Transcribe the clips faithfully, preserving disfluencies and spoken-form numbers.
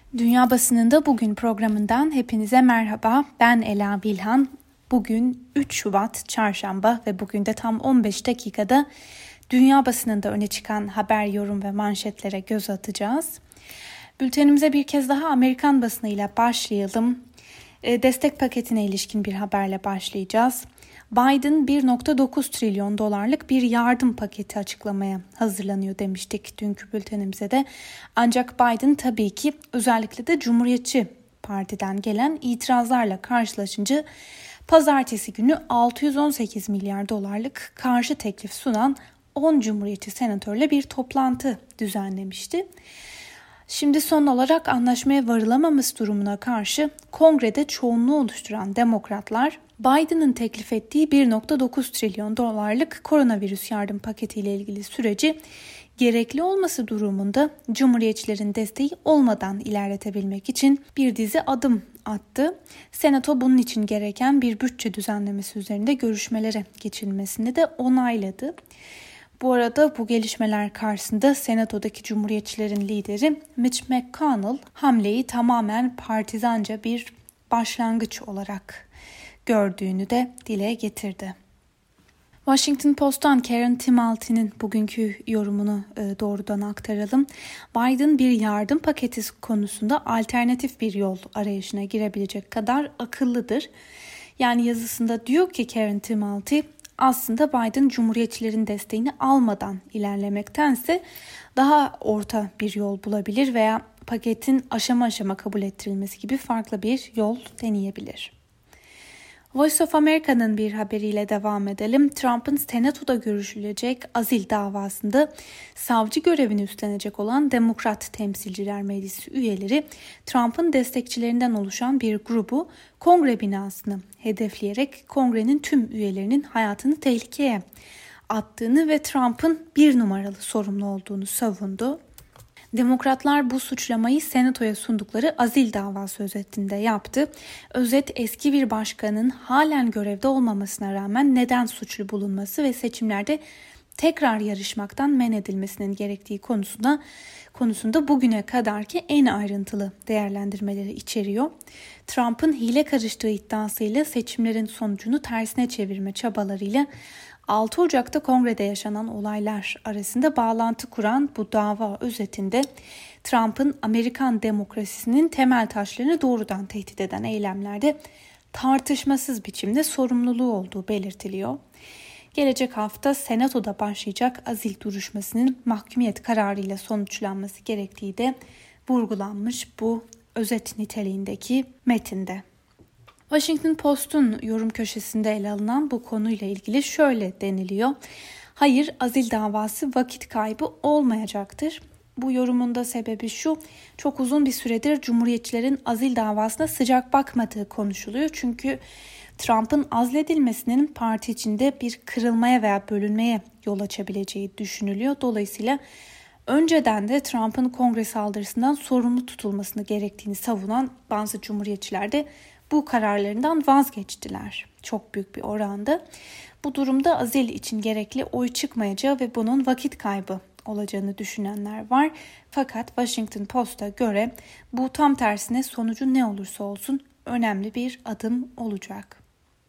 Dünya Basınında Bugün programından hepinize merhaba. Ben Ela Bilhan. Bugün üç Şubat Çarşamba ve bugün de tam on beş dakikada dünya basınında öne çıkan haber, yorum ve manşetlere göz atacağız. Bültenimize bir kez daha Amerikan basınıyla başlayalım. Destek paketine ilişkin bir haberle başlayacağız. Biden bir virgül dokuz trilyon dolarlık bir yardım paketi açıklamaya hazırlanıyor demiştik dünkü bültenimize de. Ancak Biden tabii ki özellikle de Cumhuriyetçi Parti'den gelen itirazlarla karşılaşınca pazartesi günü altı yüz on sekiz milyar dolarlık karşı teklif sunan on Cumhuriyetçi senatörle bir toplantı düzenlemişti. Şimdi son olarak anlaşmaya varılamaması durumuna karşı Kongrede çoğunluğu oluşturan Demokratlar, Biden'ın teklif ettiği bir virgül dokuz trilyon dolarlık koronavirüs yardım paketiyle ilgili süreci gerekli olması durumunda Cumhuriyetçilerin desteği olmadan ilerletebilmek için bir dizi adım attı. Senato bunun için gereken bir bütçe düzenlemesi üzerinde görüşmelere geçilmesini de onayladı. Bu arada bu gelişmeler karşısında Senato'daki Cumhuriyetçilerin lideri Mitch McConnell hamleyi tamamen partizanca bir başlangıç olarak gördüğünü de dile getirdi. Washington Post'tan Karen Timalty'nin bugünkü yorumunu e, doğrudan aktaralım. Biden bir yardım paketi konusunda alternatif bir yol arayışına girebilecek kadar akıllıdır. Yani yazısında diyor ki Karen Timalty, aslında Biden Cumhuriyetçilerin desteğini almadan ilerlemektense daha orta bir yol bulabilir veya paketin aşama aşama kabul ettirilmesi gibi farklı bir yol deneyebilir. Voice of America'nın bir haberiyle devam edelim. Trump'ın Senato'da görüşülecek azil davasında savcı görevini üstlenecek olan Demokrat Temsilciler Meclisi üyeleri Trump'ın destekçilerinden oluşan bir grubu Kongre binasını hedefleyerek Kongre'nin tüm üyelerinin hayatını tehlikeye attığını ve Trump'ın bir numaralı sorumlu olduğunu savundu. Demokratlar bu suçlamayı Senato'ya sundukları azil davası özetinde yaptı. Özet, eski bir başkanın halen görevde olmamasına rağmen neden suçlu bulunması ve seçimlerde tekrar yarışmaktan men edilmesinin gerektiği konusunda konusunda bugüne kadarki en ayrıntılı değerlendirmeleri içeriyor. Trump'ın hile karıştığı iddiasıyla seçimlerin sonucunu tersine çevirme çabalarıyla altı Ocak'ta Kongre'de yaşanan olaylar arasında bağlantı kuran bu dava özetinde Trump'ın Amerikan demokrasisinin temel taşlarını doğrudan tehdit eden eylemlerde tartışmasız biçimde sorumluluğu olduğu belirtiliyor. Gelecek hafta Senato'da başlayacak azil duruşmasının mahkumiyet kararıyla sonuçlanması gerektiği de vurgulanmış bu özet niteliğindeki metinde. Washington Post'un yorum köşesinde ele alınan bu konuyla ilgili şöyle deniliyor. Hayır, azil davası vakit kaybı olmayacaktır. Bu yorumun da sebebi şu, çok uzun bir süredir Cumhuriyetçilerin azil davasına sıcak bakmadığı konuşuluyor. Çünkü Trump'ın azledilmesinin parti içinde bir kırılmaya veya bölünmeye yol açabileceği düşünülüyor. Dolayısıyla önceden de Trump'ın Kongre saldırısından sorumlu tutulmasını gerektiğini savunan bazı Cumhuriyetçiler de bu kararlarından vazgeçtiler çok büyük bir oranda. Bu durumda azil için gerekli oy çıkmayacağı ve bunun vakit kaybı olacağını düşünenler var. Fakat Washington Post'a göre bu tam tersine sonucu ne olursa olsun önemli bir adım olacak.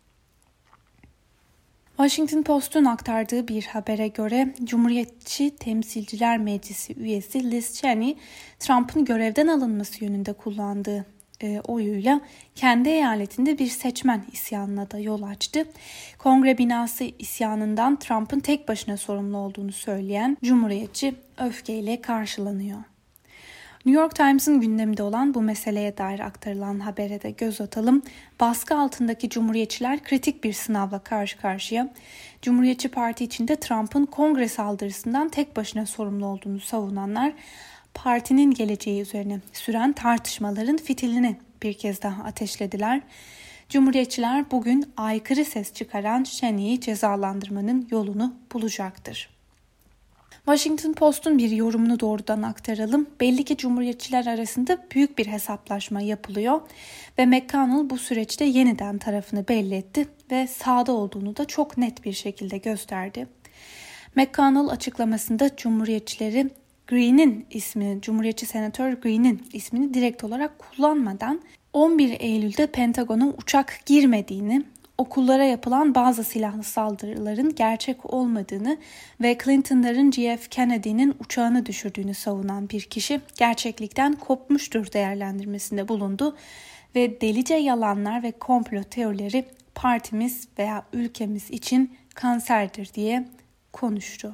Washington Post'un aktardığı bir habere göre Cumhuriyetçi Temsilciler Meclisi üyesi Liz Cheney, Trump'ın görevden alınması yönünde kullandığı E, oyuyla kendi eyaletinde bir seçmen isyanına da yol açtı. Kongre binası isyanından Trump'ın tek başına sorumlu olduğunu söyleyen Cumhuriyetçi öfkeyle karşılanıyor. New York Times'ın gündeminde olan bu meseleye dair aktarılan habere de göz atalım. Baskı altındaki Cumhuriyetçiler kritik bir sınavla karşı karşıya. Cumhuriyetçi Parti içinde Trump'ın Kongre saldırısından tek başına sorumlu olduğunu savunanlar, partinin geleceği üzerine süren tartışmaların fitilini bir kez daha ateşlediler. Cumhuriyetçiler bugün aykırı ses çıkaran Cheney'i cezalandırmanın yolunu bulacaktır. Washington Post'un bir yorumunu doğrudan aktaralım. Belli ki Cumhuriyetçiler arasında büyük bir hesaplaşma yapılıyor ve McConnell bu süreçte yeniden tarafını belli etti ve sağda olduğunu da çok net bir şekilde gösterdi. McConnell açıklamasında Cumhuriyetçileri Greene'in ismini, Cumhuriyetçi Senatör Greene'in ismini direkt olarak kullanmadan on bir Eylül'de Pentagon'a uçak girmediğini, okullara yapılan bazı silahlı saldırıların gerçek olmadığını ve Clinton'ların J F Kennedy'nin uçağını düşürdüğünü savunan bir kişi gerçeklikten kopmuştur değerlendirmesinde bulundu ve delice yalanlar ve komplo teorileri partimiz veya ülkemiz için kanserdir diye konuştu.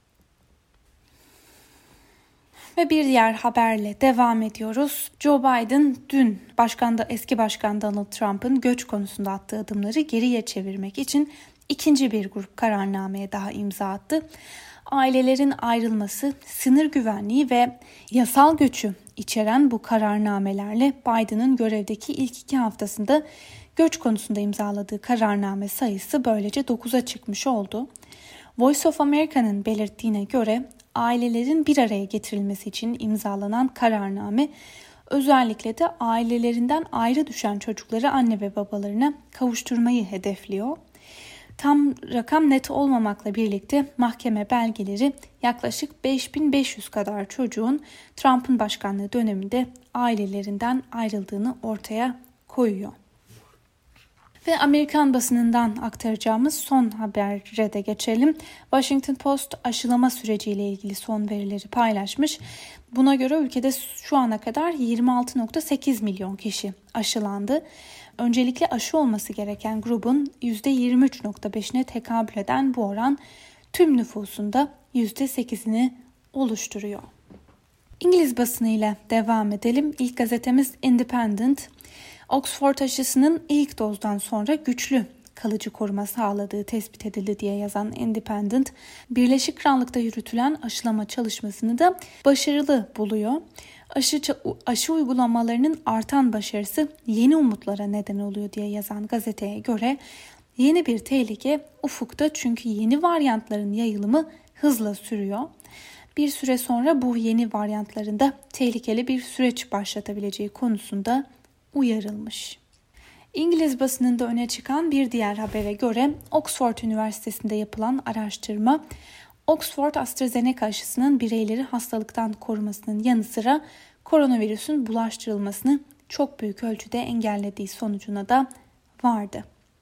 Ve bir diğer haberle devam ediyoruz. Joe Biden dün başkan da eski başkan Donald Trump'ın göç konusunda attığı adımları geriye çevirmek için ikinci bir grup kararnameye daha imza attı. Ailelerin ayrılması, sınır güvenliği ve yasal göçü içeren bu kararnamelerle Biden'ın görevdeki ilk iki haftasında göç konusunda imzaladığı kararname sayısı böylece dokuza çıkmış oldu. Voice of America'nın belirttiğine göre ailelerin bir araya getirilmesi için imzalanan kararname özellikle de ailelerinden ayrı düşen çocukları anne ve babalarına kavuşturmayı hedefliyor. Tam rakam net olmamakla birlikte mahkeme belgeleri yaklaşık beş bin beş yüz kadar çocuğun Trump'ın başkanlığı döneminde ailelerinden ayrıldığını ortaya koyuyor. Ve Amerikan basınından aktaracağımız son habere de geçelim. Washington Post aşılama süreciyle ilgili son verileri paylaşmış. Buna göre ülkede şu ana kadar yirmi altı virgül sekiz milyon kişi aşılandı. Öncelikle aşı olması gereken grubun yüzde yirmi üç virgül beşine tekabül eden bu oran tüm nüfusun da yüzde sekizini oluşturuyor. İngiliz basınıyla devam edelim. İlk gazetemiz Independent. Oxford aşısının ilk dozdan sonra güçlü kalıcı koruma sağladığı tespit edildi diye yazan Independent, Birleşik Krallık'ta yürütülen aşılama çalışmasını da başarılı buluyor. Aşı, aşı uygulamalarının artan başarısı yeni umutlara neden oluyor diye yazan gazeteye göre yeni bir tehlike ufukta, çünkü yeni varyantların yayılımı hızla sürüyor. Bir süre sonra bu yeni varyantların da tehlikeli bir süreç başlatabileceği konusunda uyarılmış. İngiliz basınında öne çıkan bir diğer habere göre Oxford Üniversitesi'nde yapılan araştırma, Oxford AstraZeneca aşısının bireyleri hastalıktan korumasının yanı sıra koronavirüsün bulaştırılmasını çok büyük ölçüde engellediği sonucuna da vardı.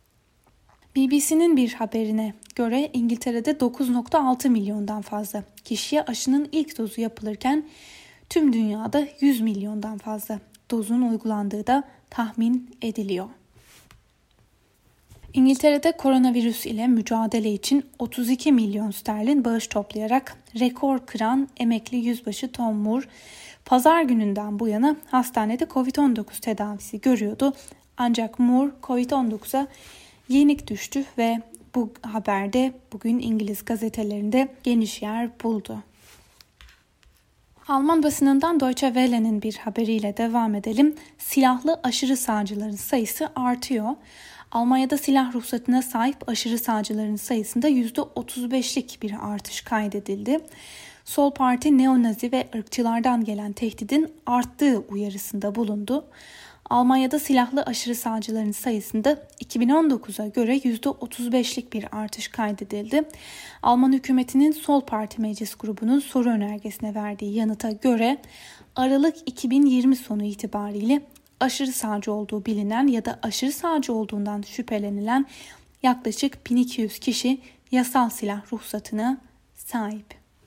B B C'nin bir haberine göre İngiltere'de dokuz virgül altı milyondan fazla kişiye aşının ilk dozu yapılırken tüm dünyada yüz milyondan fazla dozun uygulandığı da tahmin ediliyor. İngiltere'de koronavirüs ile mücadele için otuz iki milyon sterlin bağış toplayarak rekor kıran emekli yüzbaşı Tom Moore, pazar gününden bu yana hastanede kovid on dokuz tedavisi görüyordu. Ancak Moore kovid on dokuza yenik düştü ve bu haberde bugün İngiliz gazetelerinde geniş yer buldu. Alman basınından Deutsche Welle'nin bir haberiyle devam edelim. Silahlı aşırı sağcıların sayısı artıyor. Almanya'da silah ruhsatına sahip aşırı sağcıların sayısında yüzde otuz beşlik bir artış kaydedildi. Sol Parti neonazi ve ırkçılardan gelen tehdidin arttığı uyarısında bulundu. Almanya'da silahlı aşırı sağcıların sayısında iki bin on dokuza göre yüzde otuz beşlik bir artış kaydedildi. Alman hükümetinin Sol Parti Meclis Grubu'nun soru önergesine verdiği yanıta göre Aralık iki bin yirmi sonu itibariyle aşırı sağcı olduğu bilinen ya da aşırı sağcı olduğundan şüphelenilen yaklaşık bin iki yüz kişi yasal silah ruhsatına sahip.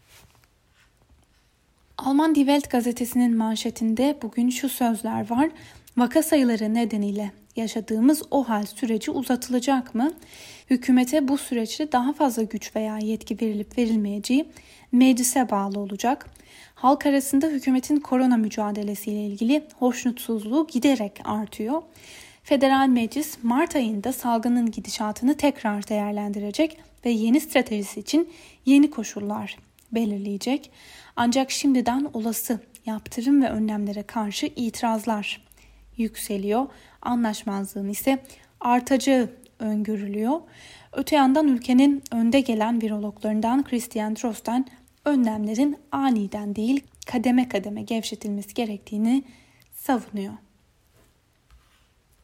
Alman Die Welt gazetesinin manşetinde bugün şu sözler var. Vaka sayıları nedeniyle yaşadığımız o hal süreci uzatılacak mı? Hükümete bu süreçte daha fazla güç veya yetki verilip verilmeyeceği meclise bağlı olacak. Halk arasında hükümetin korona mücadelesiyle ilgili hoşnutsuzluğu giderek artıyor. Federal Meclis Mart ayında salgının gidişatını tekrar değerlendirecek ve yeni stratejisi için yeni koşullar belirleyecek. Ancak şimdiden olası yaptırım ve önlemlere karşı itirazlar yükseliyor. Anlaşmazlığın ise artacağı öngörülüyor. Öte yandan ülkenin önde gelen virologlarından Christian Drosten önlemlerin aniden değil kademe kademe gevşetilmesi gerektiğini savunuyor.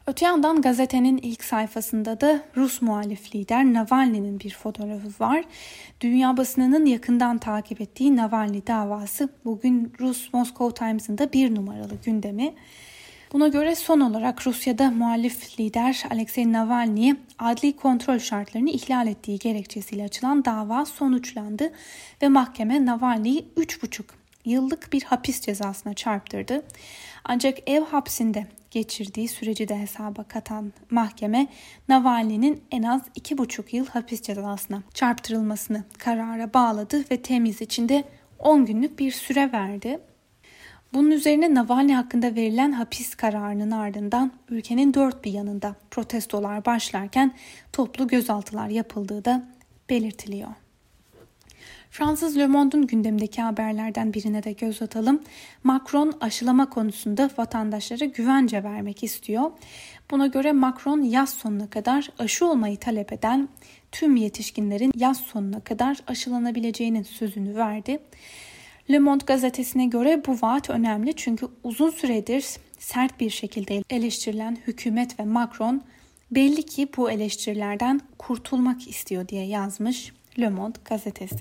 Öte yandan gazetenin ilk sayfasında da Rus muhalif lider Navalny'nin bir fotoğrafı var. Dünya basınının yakından takip ettiği Navalny davası bugün Rus Moscow Times'ın da bir numaralı gündemi. Buna göre son olarak Rusya'da muhalif lider Alexei Navalny'ye adli kontrol şartlarını ihlal ettiği gerekçesiyle açılan dava sonuçlandı ve mahkeme Navalny'yi üç buçuk yıllık bir hapis cezasına çarptırdı. Ancak ev hapsinde geçirdiği süreci de hesaba katan mahkeme Navalny'nin en az iki buçuk yıl hapis cezasına çarptırılmasını karara bağladı ve temiz içinde on günlük bir süre verdi. Bunun üzerine Navalny hakkında verilen hapis kararının ardından ülkenin dört bir yanında protestolar başlarken toplu gözaltılar yapıldığı da belirtiliyor. Fransız Le Monde'un gündemdeki haberlerden birine de göz atalım. Macron aşılama konusunda vatandaşlara güvence vermek istiyor. Buna göre Macron yaz sonuna kadar aşı olmayı talep eden tüm yetişkinlerin yaz sonuna kadar aşılanabileceğinin sözünü verdi. Le Monde gazetesine göre bu vaat önemli çünkü uzun süredir sert bir şekilde eleştirilen hükümet ve Macron belli ki bu eleştirilerden kurtulmak istiyor diye yazmış Le Monde gazetesi.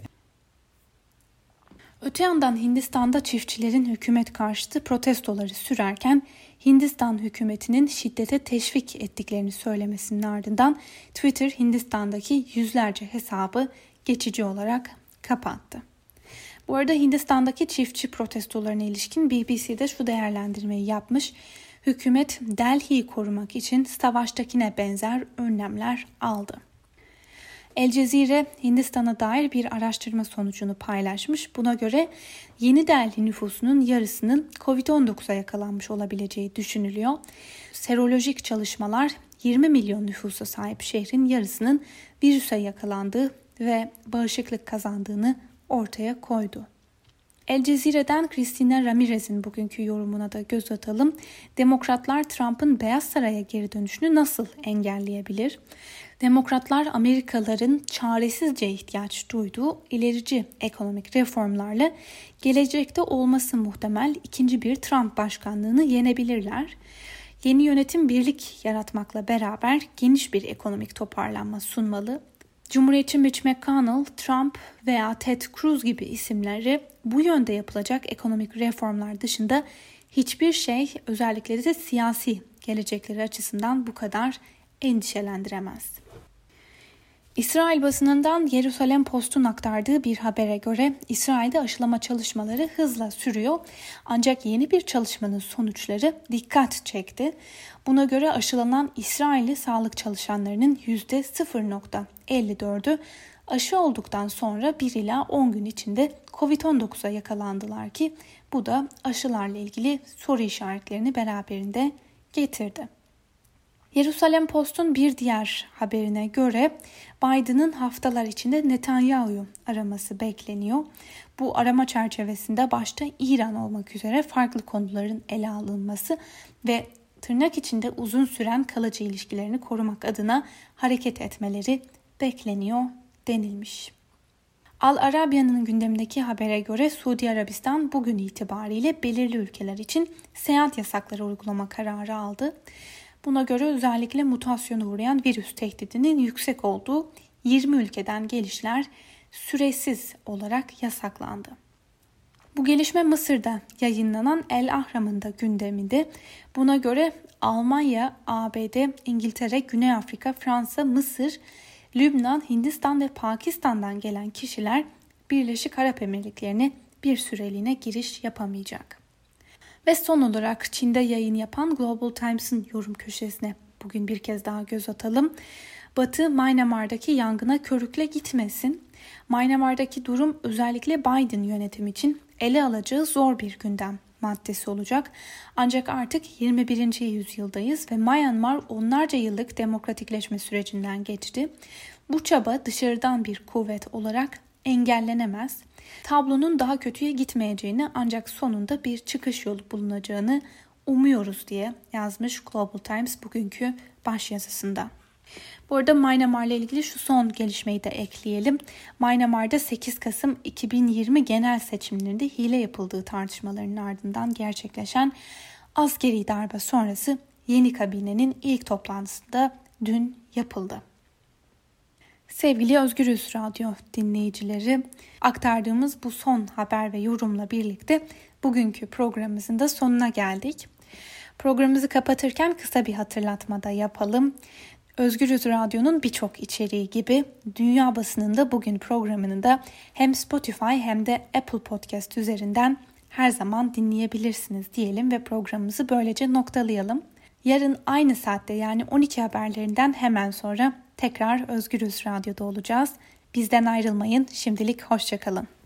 Öte yandan Hindistan'da çiftçilerin hükümet karşıtı protestoları sürerken Hindistan hükümetinin şiddete teşvik ettiklerini söylemesinin ardından Twitter Hindistan'daki yüzlerce hesabı geçici olarak kapattı. Bu arada Hindistan'daki çiftçi protestolarına ilişkin B B C'de şu değerlendirmeyi yapmış. Hükümet Delhi'yi korumak için savaştakine benzer önlemler aldı. El Cezire Hindistan'a dair bir araştırma sonucunu paylaşmış. Buna göre Yeni Delhi nüfusunun yarısının kovid on dokuza yakalanmış olabileceği düşünülüyor. Serolojik çalışmalar yirmi milyon nüfusa sahip şehrin yarısının virüse yakalandığı ve bağışıklık kazandığını ortaya koydu. El Cezire'den Cristina Ramirez'in bugünkü yorumuna da göz atalım. Demokratlar Trump'ın Beyaz Saray'a geri dönüşünü nasıl engelleyebilir? Demokratlar Amerikalıların çaresizce ihtiyaç duyduğu ilerici ekonomik reformlarla gelecekte olması muhtemel ikinci bir Trump başkanlığını yenebilirler. Yeni yönetim birlik yaratmakla beraber geniş bir ekonomik toparlanma sunmalı. Cumhuriyetçi Mitch McConnell, Trump veya Ted Cruz gibi isimleri bu yönde yapılacak ekonomik reformlar dışında hiçbir şey özellikle de siyasi gelecekleri açısından bu kadar endişelendiremez. İsrail basınından Jerusalem Post'un aktardığı bir habere göre İsrail'de aşılama çalışmaları hızla sürüyor. Ancak yeni bir çalışmanın sonuçları dikkat çekti. Buna göre aşılanan İsrailli sağlık çalışanlarının yüzde sıfır virgül elli dördü aşı olduktan sonra bir ila on gün içinde kovid on dokuza yakalandılar ki bu da aşılarla ilgili soru işaretlerini beraberinde getirdi. Jerusalem Post'un bir diğer haberine göre Biden'ın haftalar içinde Netanyahu'yu araması bekleniyor. Bu arama çerçevesinde başta İran olmak üzere farklı konuların ele alınması ve tırnak içinde uzun süren kalıcı ilişkilerini korumak adına hareket etmeleri bekleniyor denilmiş. Al Arabiya'nın gündemindeki habere göre Suudi Arabistan bugün itibariyle belirli ülkeler için seyahat yasakları uygulama kararı aldı. Buna göre özellikle mutasyona uğrayan virüs tehdidinin yüksek olduğu yirmi ülkeden gelişler süresiz olarak yasaklandı. Bu gelişme Mısır'da yayınlanan El Ahram'ın da gündeminde. Buna göre Almanya, A B D, İngiltere, Güney Afrika, Fransa, Mısır, Lübnan, Hindistan ve Pakistan'dan gelen kişiler Birleşik Arap Emirlikleri'ne bir süreliğine giriş yapamayacak. Ve son olarak Çin'de yayın yapan Global Times'ın yorum köşesine bugün bir kez daha göz atalım. Batı Myanmar'daki yangına körükle gitmesin. Myanmar'daki durum özellikle Biden yönetimi için ele alacağı zor bir gündem maddesi olacak. Ancak artık yirmi birinci yüzyıldayız ve Myanmar onlarca yıllık demokratikleşme sürecinden geçti. Bu çaba dışarıdan bir kuvvet olarak engellenemez. Tablonun daha kötüye gitmeyeceğini ancak sonunda bir çıkış yolu bulunacağını umuyoruz diye yazmış Global Times bugünkü başyazısında. Bu arada Myanmar ile ilgili şu son gelişmeyi de ekleyelim. Myanmar'da sekiz Kasım iki bin yirmi genel seçimlerinde hile yapıldığı tartışmalarının ardından gerçekleşen askeri darbe sonrası yeni kabinenin ilk toplantısı da dün yapıldı. Sevgili Özgürüz Radyo dinleyicileri, aktardığımız bu son haber ve yorumla birlikte bugünkü programımızın da sonuna geldik. Programımızı kapatırken kısa bir hatırlatma da yapalım. Özgürüz Radyo'nun birçok içeriği gibi Dünya Basınında Bugün programını da hem Spotify hem de Apple Podcast üzerinden her zaman dinleyebilirsiniz diyelim ve programımızı böylece noktalayalım. Yarın aynı saatte yani on iki haberlerinden hemen sonra tekrar Özgürüz Radyo'da olacağız. Bizden ayrılmayın. Şimdilik hoşça kalın.